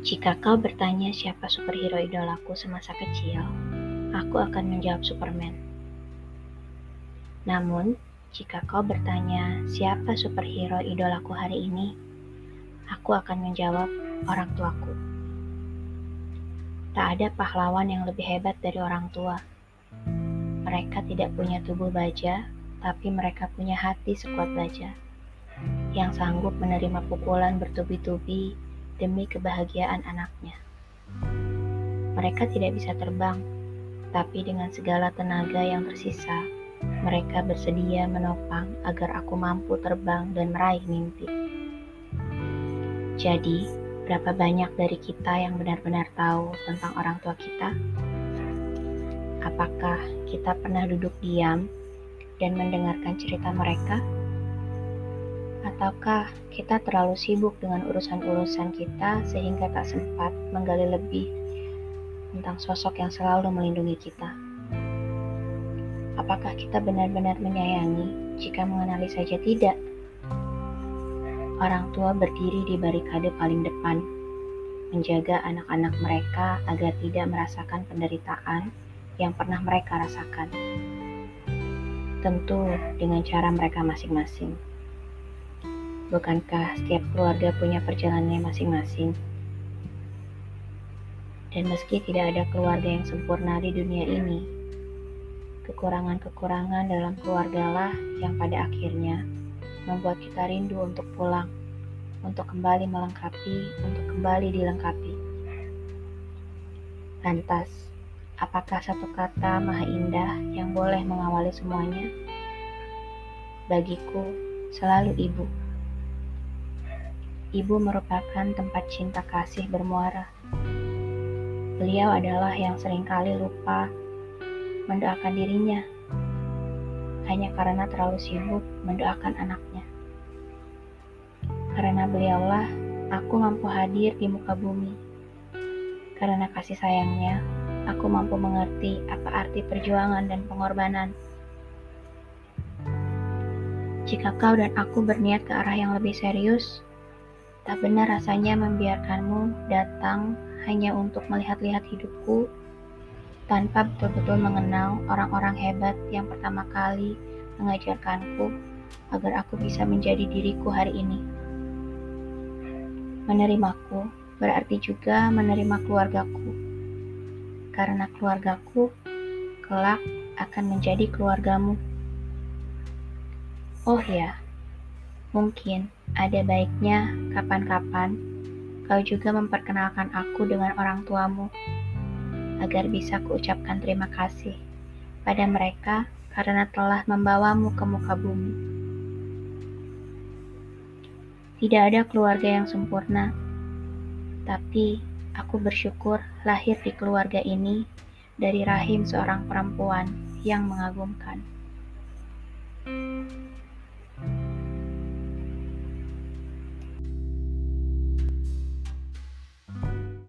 Jika kau bertanya siapa superhero idolaku semasa kecil, aku akan menjawab Superman. Namun, jika kau bertanya siapa superhero idolaku hari ini, aku akan menjawab orang tuaku. Tak ada pahlawan yang lebih hebat dari orang tua. Mereka tidak punya tubuh baja, tapi mereka punya hati sekuat baja, yang sanggup menerima pukulan bertubi-tubi demi kebahagiaan anaknya. Mereka tidak bisa terbang, tapi dengan segala tenaga yang tersisa, mereka bersedia menopang agar aku mampu terbang dan meraih mimpi. Jadi, berapa banyak dari kita yang benar-benar tahu tentang orang tua kita? Apakah kita pernah duduk diam dan mendengarkan cerita mereka? Ataukah kita terlalu sibuk dengan urusan-urusan kita sehingga tak sempat menggali lebih tentang sosok yang selalu melindungi kita? Apakah kita benar-benar menyayangi jika mengenali saja tidak? Orang tua berdiri di barikade paling depan, menjaga anak-anak mereka agar tidak merasakan penderitaan yang pernah mereka rasakan. Tentu dengan cara mereka masing-masing. Bukankah setiap keluarga punya perjalanannya masing-masing? Dan meski tidak ada keluarga yang sempurna di dunia ini, kekurangan-kekurangan dalam keluargalah yang pada akhirnya membuat kita rindu untuk pulang, untuk kembali melengkapi, untuk kembali dilengkapi. Lantas, apakah satu kata maha indah yang boleh mengawali semuanya? Bagiku, selalu ibu. Ibu merupakan tempat cinta kasih bermuara. Beliau adalah yang seringkali lupa mendoakan dirinya, hanya karena terlalu sibuk mendoakan anaknya. Karena beliaulah aku mampu hadir di muka bumi. Karena kasih sayangnya, aku mampu mengerti apa arti perjuangan dan pengorbanan. Jika kau dan aku berniat ke arah yang lebih serius, tak benar rasanya membiarkanmu datang hanya untuk melihat-lihat hidupku tanpa betul-betul mengenal orang-orang hebat yang pertama kali mengajarkanku agar aku bisa menjadi diriku hari ini. Menerimaku berarti juga menerima keluargaku, karena keluargaku kelak akan menjadi keluargamu. Oh ya, mungkin ada baiknya kapan-kapan kau juga memperkenalkan aku dengan orang tuamu, agar bisa kuucapkan terima kasih pada mereka karena telah membawamu ke muka bumi. Tidak ada keluarga yang sempurna, tapi aku bersyukur lahir di keluarga ini dari rahim seorang perempuan yang mengagumkan.